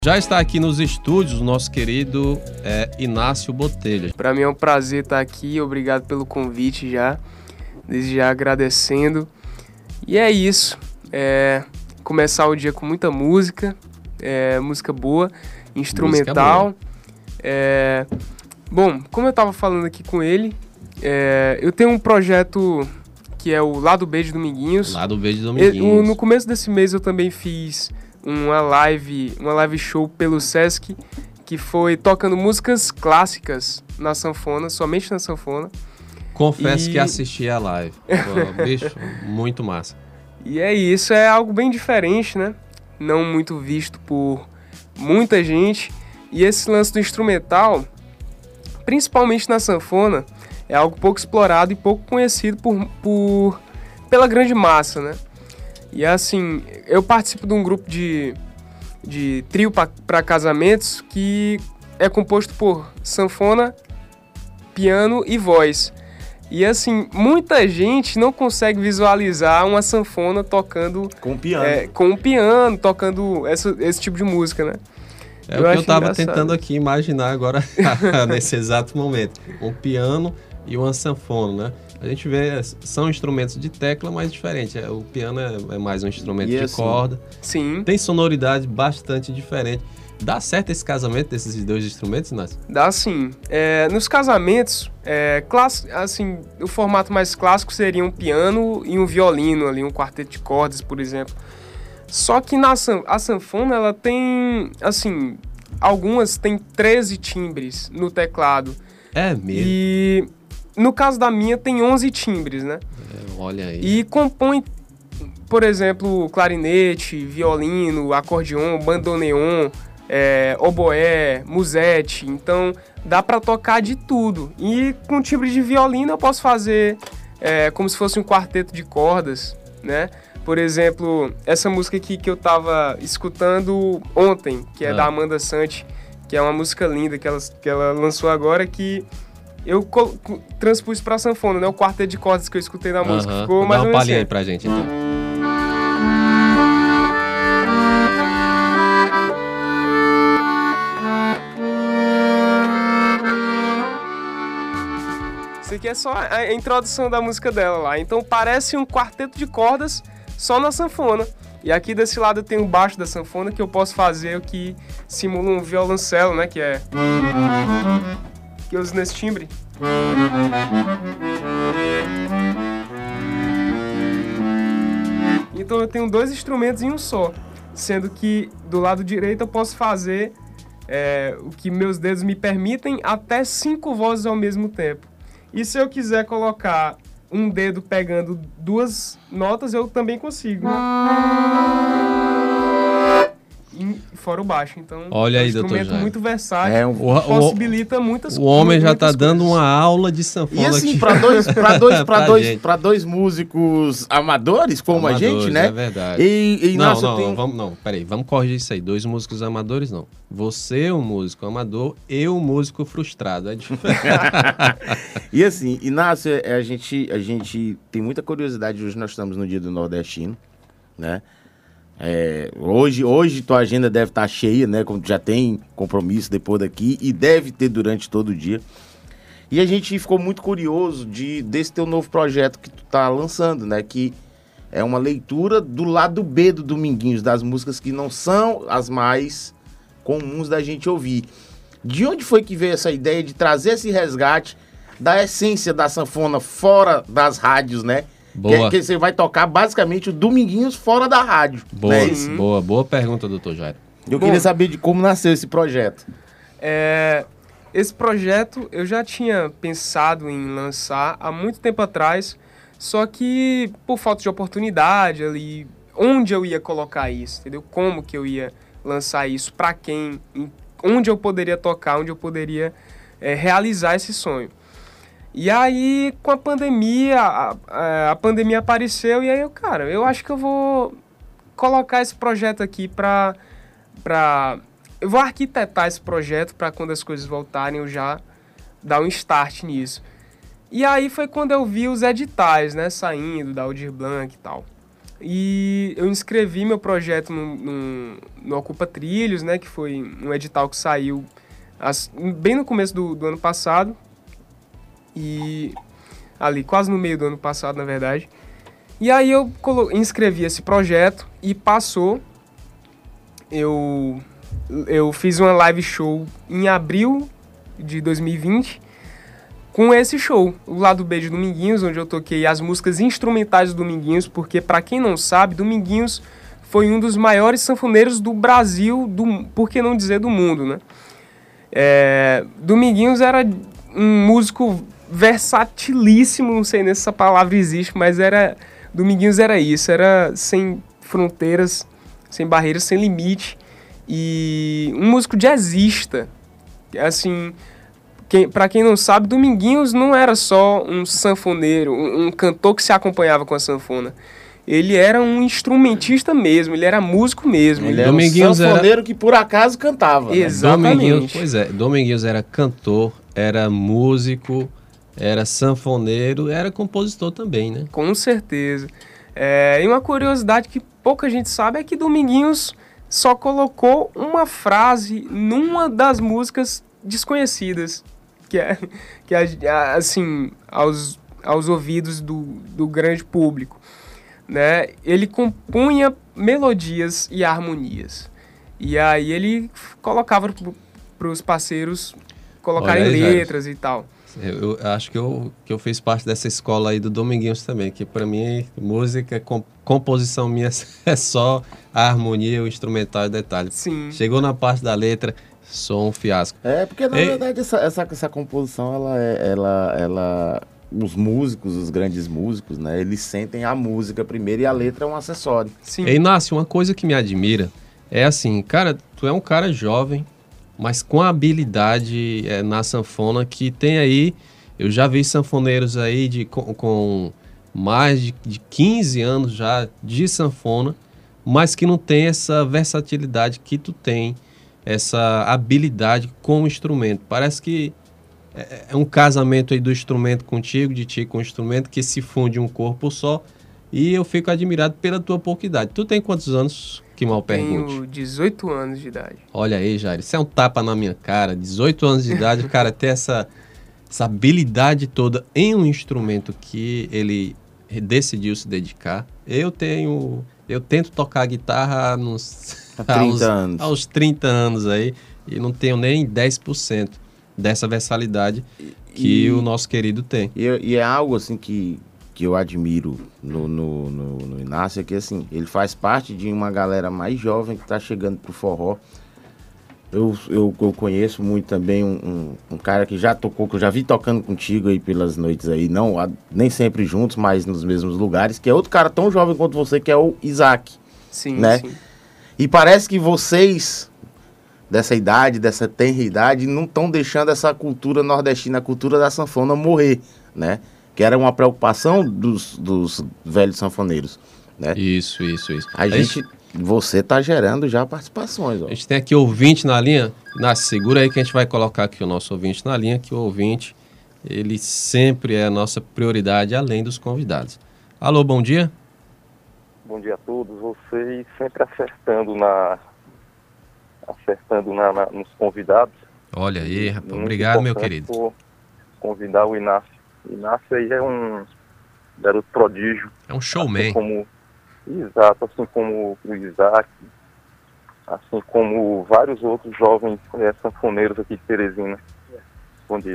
Já está aqui nos estúdios o nosso querido Inácio Botelho. Para mim é um prazer estar aqui, obrigado pelo convite já, desde já agradecendo. E é isso, começar o dia com muita música, música boa, instrumental. Bom, como eu estava falando aqui com ele, eu tenho um projeto que é o Lado B de Dominguinhos. Lado B de Dominguinhos. No começo desse mês eu também fiz uma live show pelo Sesc, que foi tocando músicas clássicas na sanfona, somente na sanfona. Confesso que assisti a live. Pô, bicho, muito massa. E é isso, é algo bem diferente, né? Não muito visto por muita gente. E esse lance do instrumental, principalmente na sanfona, é algo pouco explorado e pouco conhecido pela grande massa, né? E assim, eu participo de um grupo de trio para casamentos que é composto por sanfona, piano e voz. E assim, muita gente não consegue visualizar uma sanfona tocando com piano, com um piano, tocando esse tipo de música, né? É o que eu tava tentando aqui imaginar agora, nesse exato momento. Um piano e uma sanfona, né? A gente vê, são instrumentos de tecla, mas diferente. O piano é mais um instrumento de corda. Sim. Tem sonoridade bastante diferente. Dá certo esse casamento desses dois instrumentos, Inácio? Dá sim. Nos casamentos, assim, o formato mais clássico seria um piano e um violino, ali, um quarteto de cordas, por exemplo. Só que a sanfona, ela tem, assim, algumas tem 13 timbres no teclado. É mesmo? E no caso da minha, tem 11 timbres, né? Olha aí. E compõe, por exemplo, clarinete, violino, acordeon, bandoneon, oboé, musete. Então, dá pra tocar de tudo. E com timbre de violino, eu posso fazer como se fosse um quarteto de cordas, né? Por exemplo, essa música aqui que eu tava escutando ontem, que é da Amanda Sante, que é uma música linda que ela lançou agora, que eu transpus pra sanfona, né? O quarteto de cordas que eu escutei na música. Ficou mais ou menos dá uma palhinha aí pra gente, então. Isso aqui é só a introdução da música dela lá. Então parece um quarteto de cordas só na sanfona. E aqui desse lado eu tenho o baixo da sanfona, que eu posso fazer o que simula um violoncelo, né? Que eu uso nesse timbre. Então eu tenho dois instrumentos em um só, sendo que do lado direito eu posso fazer o que meus dedos me permitem, até 5 vozes ao mesmo tempo. E se eu quiser colocar um dedo pegando 2 notas, eu também consigo. Fora o baixo, então olha aí, é um instrumento muito versátil, possibilita muitas coisas. O homem já tá dando uma aula de sanfona. E assim, aqui. para dois músicos amadores, como a gente, né? É verdade. Peraí, vamos corrigir isso aí. 2 músicos amadores, não. Você é um músico amador, eu um músico frustrado. É diferente. E assim, Inácio, a gente tem muita curiosidade. Hoje nós estamos no Dia do Nordestino, né? Hoje tua agenda deve estar cheia, né? Como tu já tem compromisso depois daqui e deve ter durante todo o dia. E a gente ficou muito curioso desse teu novo projeto que tu tá lançando, né? Que é uma leitura do lado B do Dominguinhos, das músicas que não são as mais comuns da gente ouvir. De onde foi que veio essa ideia de trazer esse resgate da essência da sanfona fora das rádios, né? Que você vai tocar basicamente o Dominguinhos fora da rádio. Boa pergunta, doutor Jairo. Eu queria saber de como nasceu esse projeto. Esse projeto eu já tinha pensado em lançar há muito tempo atrás, só que por falta de oportunidade ali, onde eu ia colocar isso, entendeu? Como que eu ia lançar isso, para quem, onde eu poderia tocar, onde eu poderia realizar esse sonho. E aí, com a pandemia, a pandemia apareceu e aí eu acho que eu vou colocar esse projeto aqui eu vou arquitetar esse projeto para quando as coisas voltarem eu já dar um start nisso. E aí foi quando eu vi os editais, né, saindo da Aldir Blanc e tal. e eu inscrevi meu projeto no Ocupa Trilhos, né, que foi um edital que saiu bem no começo do ano passado, e ali quase no meio do ano passado, na verdade. E aí eu inscrevi esse projeto e passou. Eu fiz uma live show em abril de 2020 com esse show, o Lado B de Dominguinhos, onde eu toquei as músicas instrumentais do Dominguinhos, porque, para quem não sabe, Dominguinhos foi um dos maiores sanfoneiros do Brasil, por que não dizer do mundo, né? Dominguinhos era um músico versatilíssimo, não sei nem se essa palavra existe, mas Dominguinhos era isso, era sem fronteiras, sem barreiras, sem limite, e um músico jazzista, assim... Para quem não sabe, Dominguinhos não era só um sanfoneiro, um cantor que se acompanhava com a sanfona. Ele era um instrumentista mesmo, ele era músico mesmo. Ele era um sanfoneiro que por acaso cantava. Exatamente. Dominguinhos era cantor, era músico, era sanfoneiro, era compositor também, né? Com certeza. E uma curiosidade que pouca gente sabe é que Dominguinhos só colocou uma frase numa das músicas desconhecidas, que assim, aos ouvidos do grande público, né? Ele compunha melodias e harmonias, e aí ele colocava para os parceiros colocarem letras e tal. Eu acho que eu fiz parte dessa escola aí do Dominguinhos também, que para mim música, composição minha é só a harmonia, o instrumental e o detalhe. Sim. Chegou na parte da letra, sou um fiasco. Porque na verdade essa composição, ela os músicos, os grandes músicos, né, eles sentem a música primeiro e a letra é um acessório. Sim. Inácio, uma coisa que me admira é assim, cara, tu é um cara jovem, mas com habilidade na sanfona, que tem aí, eu já vi sanfoneiros aí com mais de 15 anos já de sanfona, mas que não tem essa versatilidade que tu tem, essa habilidade com o instrumento. Parece que é um casamento aí do instrumento contigo, de ti com o instrumento, que se funde um corpo só, e eu fico admirado pela tua pouca idade. Tu tem quantos anos? Que mal pergunte. Tenho 18 anos de idade. Olha aí, Jair, isso é um tapa na minha cara. 18 anos de idade, o cara ter essa habilidade toda em um instrumento que ele decidiu se dedicar. Eu tento tocar guitarra aos 30 anos aí, e não tenho nem 10% dessa versatilidade que o nosso querido tem. E é algo assim que eu admiro no Inácio, é que assim, ele faz parte de uma galera mais jovem que está chegando pro forró. Eu conheço muito também um cara que já tocou, que eu já vi tocando contigo aí pelas noites aí, não, nem sempre juntos, mas nos mesmos lugares, que é outro cara tão jovem quanto você, que é o Isaac. Sim, né? sim. E parece que vocês, dessa idade, dessa tenra idade, não estão deixando essa cultura nordestina, a cultura da sanfona morrer, né? Que era uma preocupação dos velhos sanfoneiros, né? Isso. Você tá gerando já participações, ó. A gente tem aqui ouvinte na linha. Inácio, segura aí que a gente vai colocar aqui o nosso ouvinte na linha, que o ouvinte, ele sempre é a nossa prioridade, além dos convidados. Alô, bom dia. Bom dia a todos. Vocês sempre acertando nos convidados. Olha aí, rapaz. Obrigado, meu querido. Por convidar o Inácio. O Inácio aí é um garoto prodígio. É um showman. Assim como o Isaac, assim como vários outros jovens sanfoneiros aqui de Teresina. Bom dia.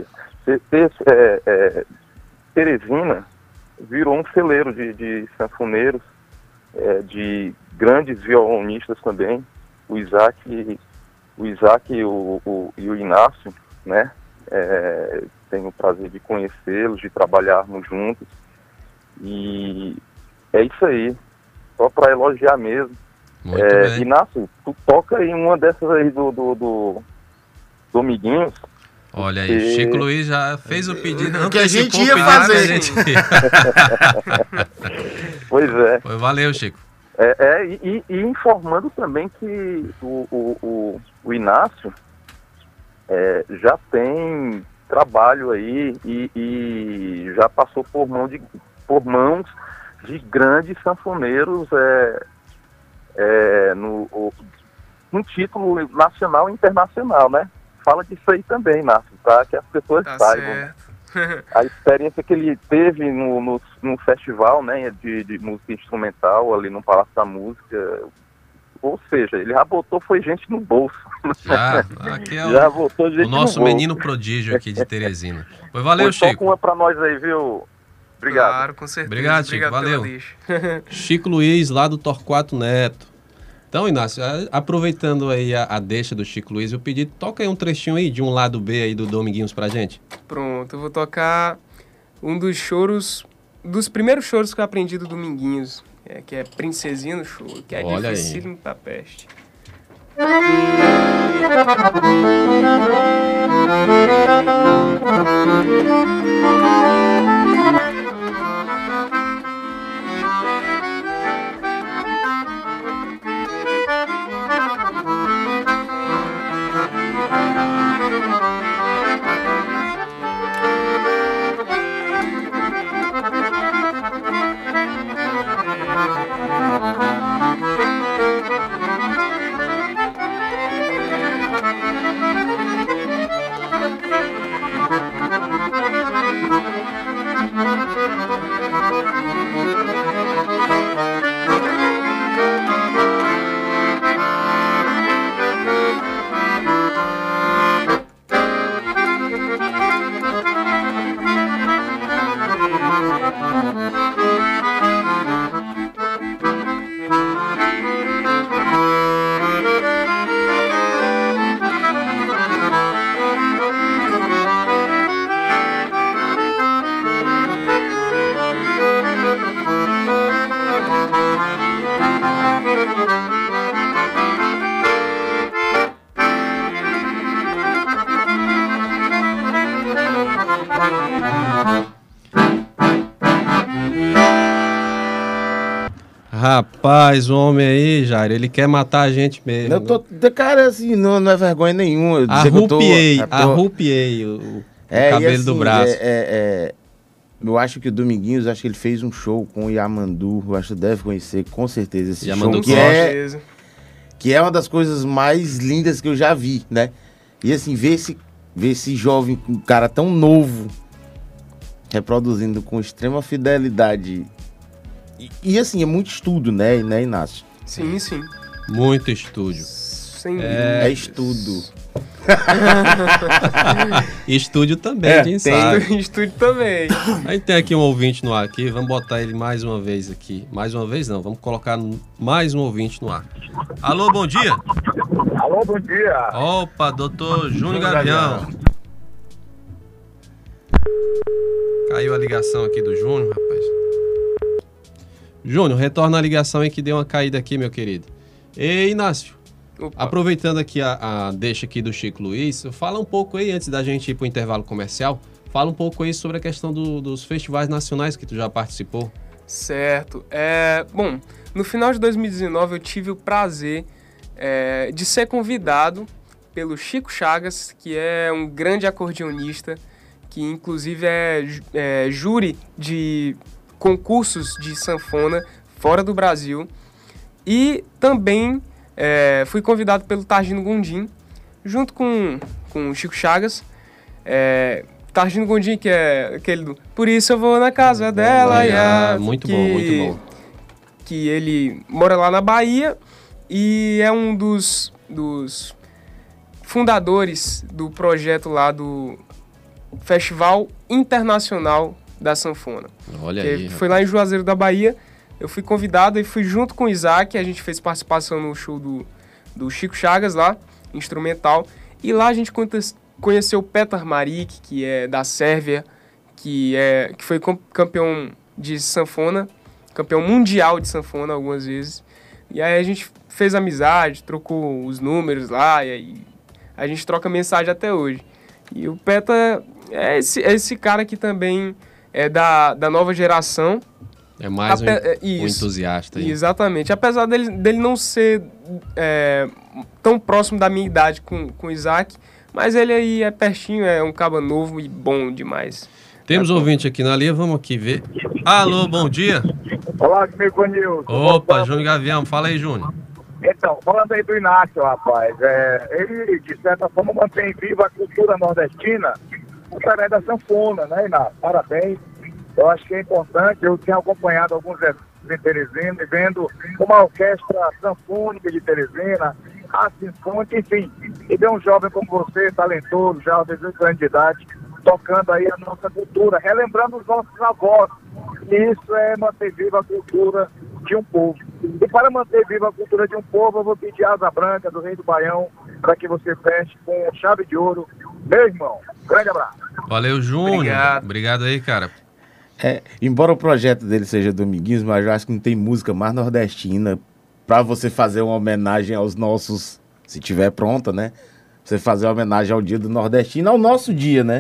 Teresina virou um celeiro de sanfoneiros, de grandes violonistas também. O Isaac e o Inácio, né? Tenho o prazer de conhecê-los, de trabalharmos juntos. E é isso aí. Só para elogiar mesmo. Muito bem. Inácio, tu toca aí uma dessas aí do Dominguinhos. Olha aí, Chico Luiz já fez o pedido. Que a gente ia fazer. Pois é. Valeu, Chico. E informando também que o Inácio já tem trabalho aí e já passou por mãos de grandes sanfoneiros no título nacional e internacional, né? Fala disso aí também, Márcio, para que as pessoas saibam. Certo. A experiência que ele teve no festival, né, de música instrumental ali no Palácio da Música, ou seja, ele já botou foi gente no bolso. Aqui é já botou gente o nosso no bolso. menino prodígio aqui de Teresina. Pois valeu, Chico. Chico. Uma para nós aí, viu? Obrigado. Claro, com certeza. Obrigado, Chico. Valeu. pela deixa. Chico Luiz, lá do Torquato Neto. Então, Inácio, aproveitando aí a deixa do Chico Luiz, eu pedi, toca aí um trechinho aí de um lado B aí do Dominguinhos pra gente. Pronto, eu vou tocar um dos choros, dos primeiros choros que eu aprendi do Dominguinhos, que é Princesinha no Choro, que é dificílimo pra peste. Rapaz, o homem aí, Jair, ele quer matar a gente mesmo. Eu tô, cara, assim, não é vergonha nenhuma. Arrupiei o cabelo assim, do braço. Eu acho que o Dominguinhos, acho que ele fez um show com o Yamandu, eu acho que deve conhecer com certeza esse Yamandu show, que é uma das coisas mais lindas que eu já vi, né? E assim, ver esse jovem, um cara tão novo, reproduzindo com extrema fidelidade. E assim, é muito estudo, né, Inácio? Sim, sim. Muito estúdio. Sem É estudo. Estúdio também, quem sabe. Estúdio também. A gente tem aqui um ouvinte no ar aqui, vamos botar ele mais uma vez aqui. Mais uma vez não, vamos colocar mais um ouvinte no ar. Alô, bom dia. Alô, bom dia. Opa, doutor Júnior Gavião. Caiu a ligação aqui do Júnior, rapaz. Júnior, retorna a ligação aí que deu uma caída aqui, meu querido. Ei, Inácio, aproveitando aqui a deixa aqui do Chico Luiz, fala um pouco aí, antes da gente ir para o intervalo comercial, fala um pouco aí sobre a questão dos festivais nacionais que tu já participou. Certo. Bom, no final de 2019 eu tive o prazer de ser convidado pelo Chico Chagas, que é um grande acordeonista, que inclusive é júri de concursos de sanfona fora do Brasil, e também fui convidado pelo Targino Gondim, junto com o Chico Chagas. Targino Gondim, que é aquele do Por Isso Eu Vou Na Casa Dela. Muito bom. Que ele mora lá na Bahia e é um dos fundadores do projeto lá do Festival Internacional da Sanfona. Olha aí. Foi lá em Juazeiro da Bahia. Eu fui convidado e fui junto com o Isaac. A gente fez participação no show do Chico Chagas lá, instrumental. E lá a gente conheceu o Petar Maric, que é da Sérvia, que foi campeão de sanfona, campeão mundial de sanfona algumas vezes. E aí a gente fez amizade, trocou os números lá, e aí a gente troca mensagem até hoje. E o Petar é esse cara que também é da nova geração. É mais um entusiasta aí. Exatamente. Apesar dele não ser tão próximo da minha idade com o Isaac, mas ele aí é pertinho, é um caba novo e bom demais. Temos ouvinte aqui na linha, vamos aqui ver. Alô, bom dia. Olá, comigo, Nilson. Opa, Júnior Gavião, fala aí, Júnior. Então, falando aí do Inácio, rapaz, ele, de certa forma, mantém viva a cultura nordestina através da sanfona, né, Inácio? Parabéns. Eu acho que é importante. Eu tenho acompanhado alguns eventos em Teresina e vendo uma orquestra sanfônica de Teresina, a Sinfônica, enfim. E ver um jovem como você, talentoso, já aos 18 anos de idade, tocando aí a nossa cultura, relembrando os nossos avós. E isso é manter viva a cultura de um povo. E para manter viva a cultura de um povo, eu vou pedir a Asa Branca, do Rei do Baião, para que você feche com chave de ouro. Meu irmão, grande abraço. Valeu, Júnior. Obrigado aí, cara. Embora o projeto dele seja Dominguinhos, mas eu acho que não tem música mais nordestina para você fazer uma homenagem aos nossos, se tiver pronta, né? Você fazer uma homenagem ao Dia do Nordestino, ao nosso dia, né?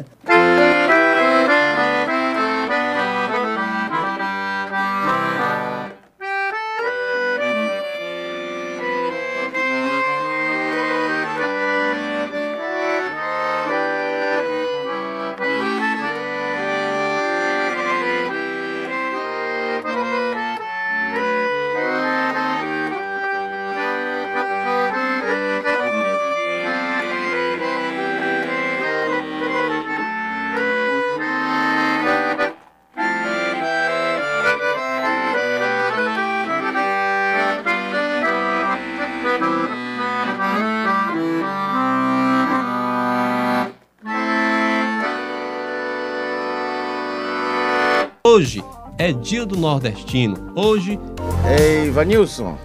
Hoje é Dia do Nordestino. Hoje... Ei, Vanilson,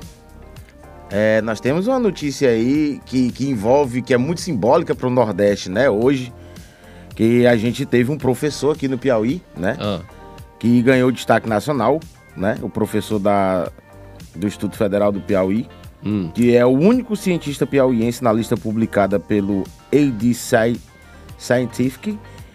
nós temos uma notícia aí que envolve, que é muito simbólica para o Nordeste, né? Hoje, que a gente teve um professor aqui no Piauí, né? Que ganhou destaque nacional, né? O professor do Instituto Federal do Piauí, que é o único cientista piauiense na lista publicada pelo AD Scientific,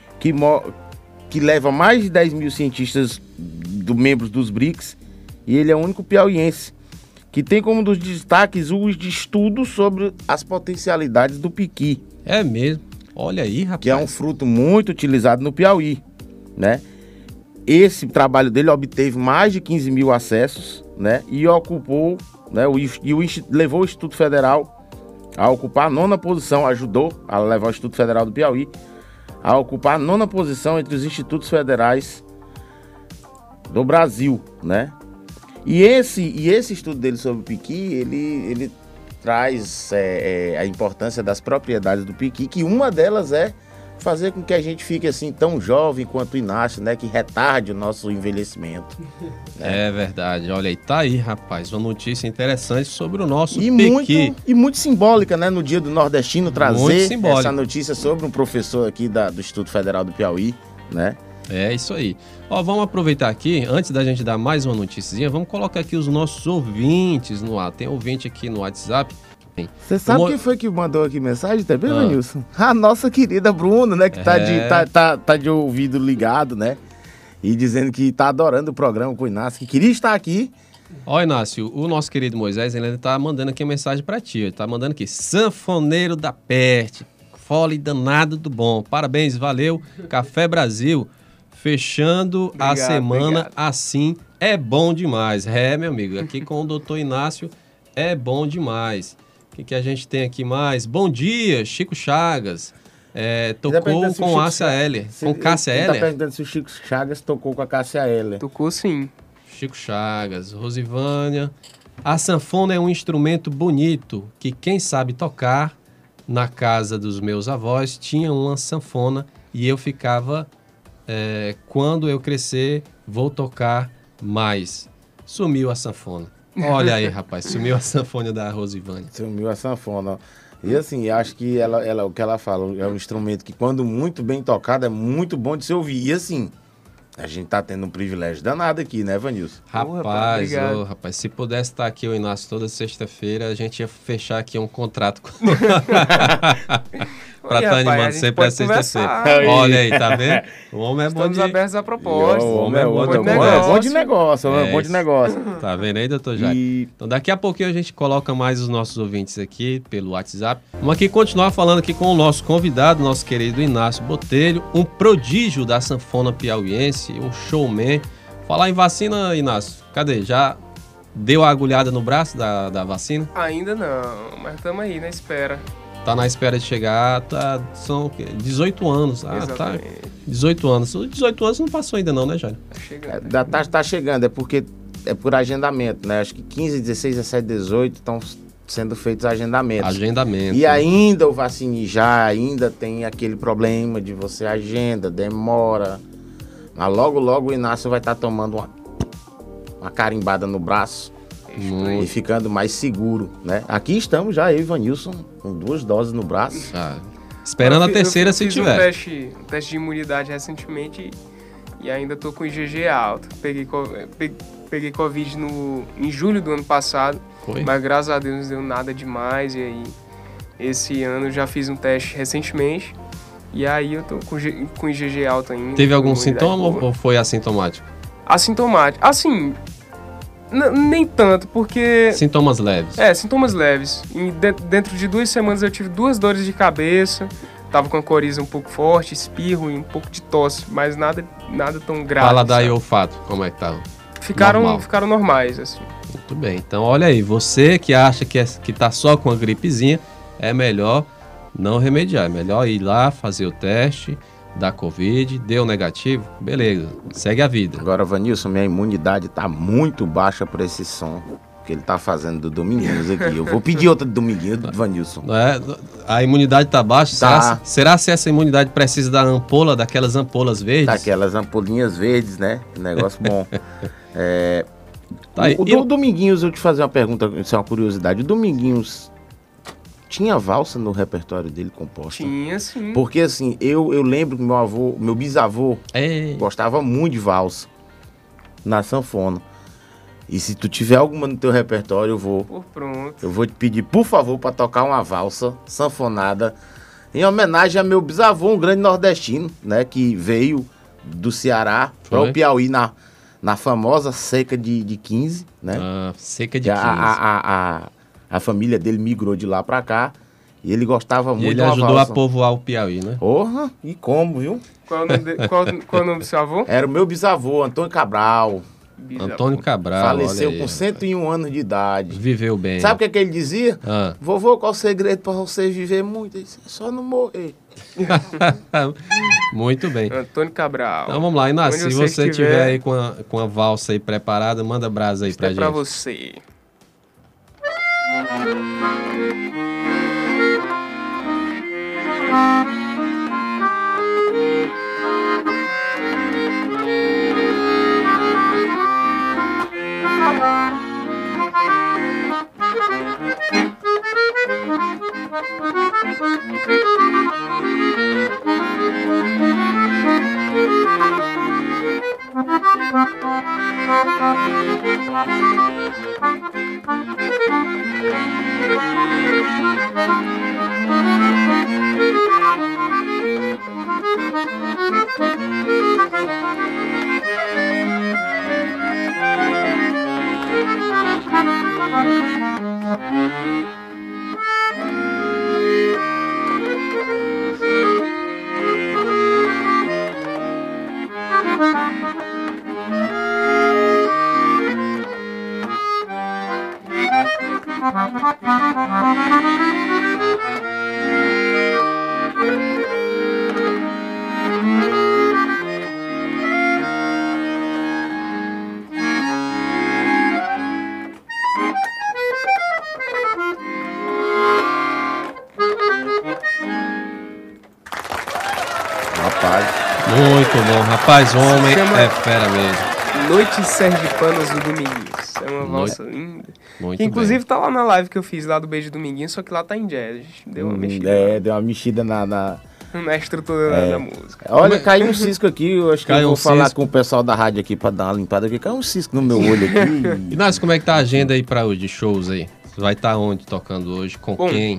que leva mais de 10 mil cientistas membros dos BRICS, e ele é o único piauiense que tem como um dos destaques o de estudo sobre as potencialidades do piqui. É mesmo? Olha aí, rapaz. Que é um fruto muito utilizado no Piauí, né? Esse trabalho dele obteve mais de 15 mil acessos, né? E ocupou, né? Levou o Instituto Federal a ocupar a 9ª posição, ajudou a levar o Instituto Federal do Piauí a ocupar a 9ª posição entre os institutos federais do Brasil, né? E esse estudo dele sobre o piqui, ele traz a importância das propriedades do piqui, que uma delas é fazer com que a gente fique assim tão jovem quanto o Inácio, né? Que retarde o nosso envelhecimento. Né? É verdade. Olha aí, tá aí, rapaz, uma notícia interessante sobre o nosso piqui. Muito simbólica, né? No Dia do Nordestino, trazer essa notícia sobre um professor aqui do Instituto Federal do Piauí, né? É isso aí. Ó, vamos aproveitar aqui, antes da gente dar mais uma noticiazinha, vamos colocar aqui os nossos ouvintes no ar. Tem ouvinte aqui no WhatsApp. Você sabe quem foi que mandou aqui mensagem também, Vanilson? A nossa querida Bruna, né? Que tá de ouvido ligado, né? E dizendo que tá adorando o programa com o Inácio, que queria estar aqui. Ó, Inácio, o nosso querido Moisés, ele tá mandando aqui uma mensagem pra ti. Ele tá mandando aqui, sanfoneiro da peste, fole danado do bom. Parabéns, valeu, Café Brasil. Fechando a semana assim é bom demais. É, meu amigo, aqui com o doutor Inácio é bom demais. O que a gente tem aqui mais? Bom dia, Chico Chagas. Tocou com Cássia Eller. Com Cássia Eller? Tá perguntando se o Chico Chagas tocou com a Cássia Eller. Tocou sim. Chico Chagas, Rosivânia. A sanfona é um instrumento bonito que quem sabe tocar, na casa dos meus avós, tinha uma sanfona e eu ficava... quando eu crescer, vou tocar mais. Sumiu a sanfona. Olha aí, rapaz, sumiu a sanfona da Rosivânia. Sumiu a sanfona. E assim, acho que o que ela fala é um instrumento que, quando muito bem tocado, é muito bom de se ouvir. E assim, a gente tá tendo um privilégio danado aqui, né, Vanilson? Rapaz, se pudesse estar aqui o Inácio toda sexta-feira, a gente ia fechar aqui um contrato com... pra estar animando sempre a sexta-feira. Olha aí, tá vendo? O homem é bom de... Estamos abertos a proposta. O homem é bom de negócio. Bom de negócio. Tá vendo aí, doutor Jair? Então daqui a pouquinho a gente coloca mais os nossos ouvintes aqui pelo WhatsApp. Vamos aqui continuar falando aqui com o nosso convidado, nosso querido Inácio Botelho, um prodígio da sanfona piauiense, um showman. Falar em vacina, Inácio, cadê? Já deu a agulhada no braço da vacina? Ainda não, mas estamos aí na espera. Tá na espera de chegar, são 18 anos. Exatamente. Tá 18 anos. Os 18 anos não passou ainda não, né, Jair? Tá chegando. Tá chegando, é porque é por agendamento, né? Acho que 15, 16, 17, 18 estão sendo feitos agendamentos. Agendamento. E ainda o Vacine Já ainda tem aquele problema de você agenda, demora. Mas logo, logo o Inácio vai estar tomando uma carimbada no braço e ficando mais seguro, né? Aqui estamos já, eu e Ivanilson, com 2 doses no braço. Esperando a terceira se tiver. Eu fiz um teste de imunidade recentemente e ainda tô com IgG alto. Peguei Covid em julho do ano passado, mas graças a Deus não deu nada demais. E aí, esse ano já fiz um teste recentemente e aí eu tô com IgG alto ainda. Teve algum sintoma ou foi assintomático? Assintomático. Assim, nem tanto, porque... Sintomas leves. Sintomas leves. Dentro de 2 semanas eu tive 2 dores de cabeça, tava com a coriza um pouco forte, espirro e um pouco de tosse, mas nada tão grave. Paladar e olfato, como é que tá? Ficaram normais, assim. Muito bem, então olha aí, você que acha que tá só com a gripezinha, é melhor não remediar, é melhor ir lá fazer o teste da Covid, deu negativo, beleza, segue a vida. Agora, Vanilson, minha imunidade tá muito baixa por esse som que ele tá fazendo do Dominguinhos aqui. Eu vou pedir outra do Dominguinhos, do Vanilson. A imunidade tá baixa? Tá. Será se essa imunidade precisa da ampola, daquelas ampolas verdes? Daquelas ampolinhas verdes, né? Negócio bom. Tá aí. O Dominguinhos, eu te fazer uma pergunta, isso é uma curiosidade. O Dominguinhos tinha valsa no repertório dele composta? Tinha, sim. Porque assim, eu lembro que meu bisavô gostava muito de valsa na sanfona. E se tu tiver alguma no teu repertório, eu vou te pedir, por favor, para tocar uma valsa sanfonada em homenagem a meu bisavô, um grande nordestino, né, que veio do Ceará para o Piauí na famosa seca de 15, né? Seca de 15. A família dele migrou de lá para cá e ele gostava muito de uma valsa. Ele ajudou a povoar o Piauí, né? Porra, e como, viu? Qual o nome do seu avô? Era o meu bisavô, Antônio Cabral. Antônio Cabral, faleceu com 101 anos de idade. Viveu bem. Sabe o que ele dizia? Vovô, qual o segredo para você viver muito? Ele disse, é só não morrer. Muito bem. Antônio Cabral. Então vamos lá, Inácio. Se você tiver aí com a valsa aí preparada, manda brasa aí pra gente. É pra você. Muito bom, rapaz, o homem é fera mesmo. Noites Sergipanas do Dominguinhos. É uma valsa linda. Muito que inclusive bem. Tá lá na live que eu fiz lá do Beijo Dominguinhos, só que lá tá em jazz. Deu uma mexida. Deu uma mexida na estrutura da música. Olha, caiu um cisco aqui, eu acho que eu vou falar com o pessoal da rádio aqui pra dar uma limpada aqui. Caiu um cisco no meu olho aqui. Inácio, como é que tá a agenda aí pra hoje, de shows aí? Você vai estar onde tocando hoje? Com quem?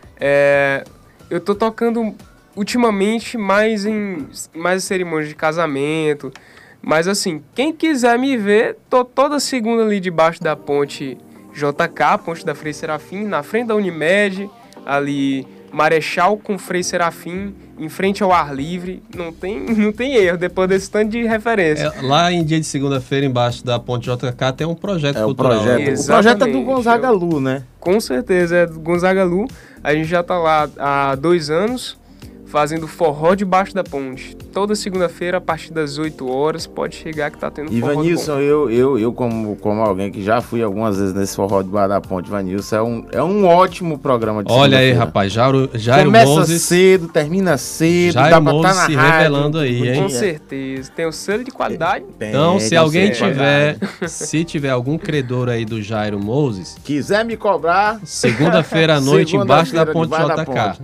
Eu tô tocando ultimamente mais em cerimônias de casamento. Mas assim, quem quiser me ver, tô toda segunda ali debaixo da ponte JK, ponte da Frei Serafim, na frente da Unimed, ali Marechal com Frei Serafim, em frente ao ar livre, não tem erro, depois desse tanto de referência. Lá em dia de segunda-feira, embaixo da Ponte JK, tem um projeto cultural. O projeto é do Gonzaga Lu, né? Com certeza, é do Gonzaga Lu. A gente já tá lá há 2 anos, fazendo forró debaixo da ponte. Toda segunda-feira, a partir das 8 horas, pode chegar que tá tendo forró. Vanilson, eu como alguém que já fui algumas vezes nesse forró debaixo da ponte, Vanilson, é um ótimo programa de Olha aí, rapaz, Jairo começa Moses... cedo, termina cedo, Jairo dá pra Moses estar na se rádio, revelando aí, hein? Com certeza. Tem o selo de qualidade. Então, se alguém tiver, se tiver algum credor aí do Jairo Moses... quiser me cobrar... Segunda-feira à noite, embaixo da Ponte JK.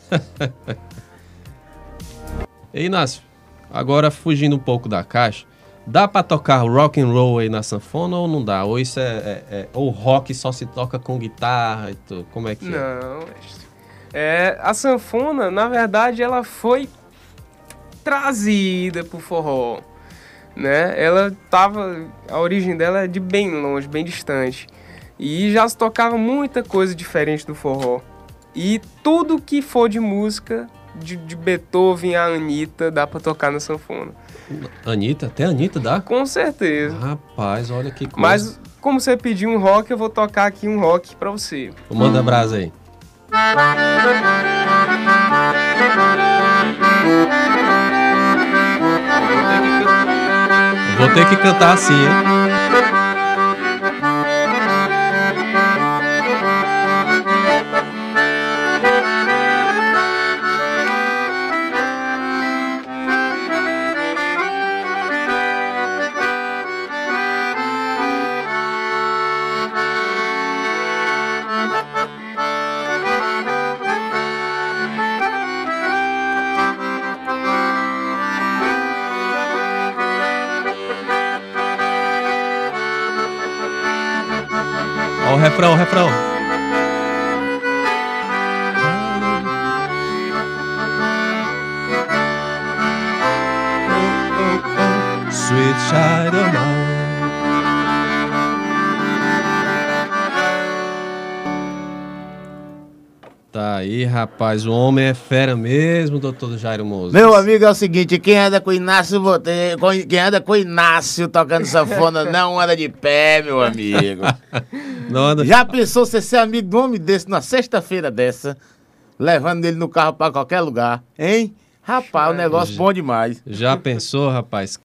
E Inácio, agora fugindo um pouco da caixa, dá pra tocar rock and roll aí na sanfona ou não dá? Ou isso ou rock só se toca com guitarra e tudo? Como é que Não, a sanfona, na verdade, ela foi trazida pro forró, né? A origem dela é de bem longe, bem distante. E já se tocava muita coisa diferente do forró. E tudo que for de música... De Beethoven a Anitta, dá pra tocar na sanfona. Anitta? Até Anitta dá? Com certeza. Rapaz, olha que coisa. Mas, como você pediu um rock, eu vou tocar aqui um rock pra você. Manda brasa aí. Vou ter que cantar assim, hein? Ó o refrão. Sweet child of mine. Tá aí, rapaz, o homem é fera mesmo, doutor Jairo Moses. Meu amigo, é o seguinte, quem anda com o Inácio, tocando sanfona não anda de pé, meu amigo. Já pensou você ser amigo de um homem desse na sexta-feira dessa, levando ele no carro pra qualquer lugar, hein? Rapaz, o negócio bom demais. Já pensou, rapaz?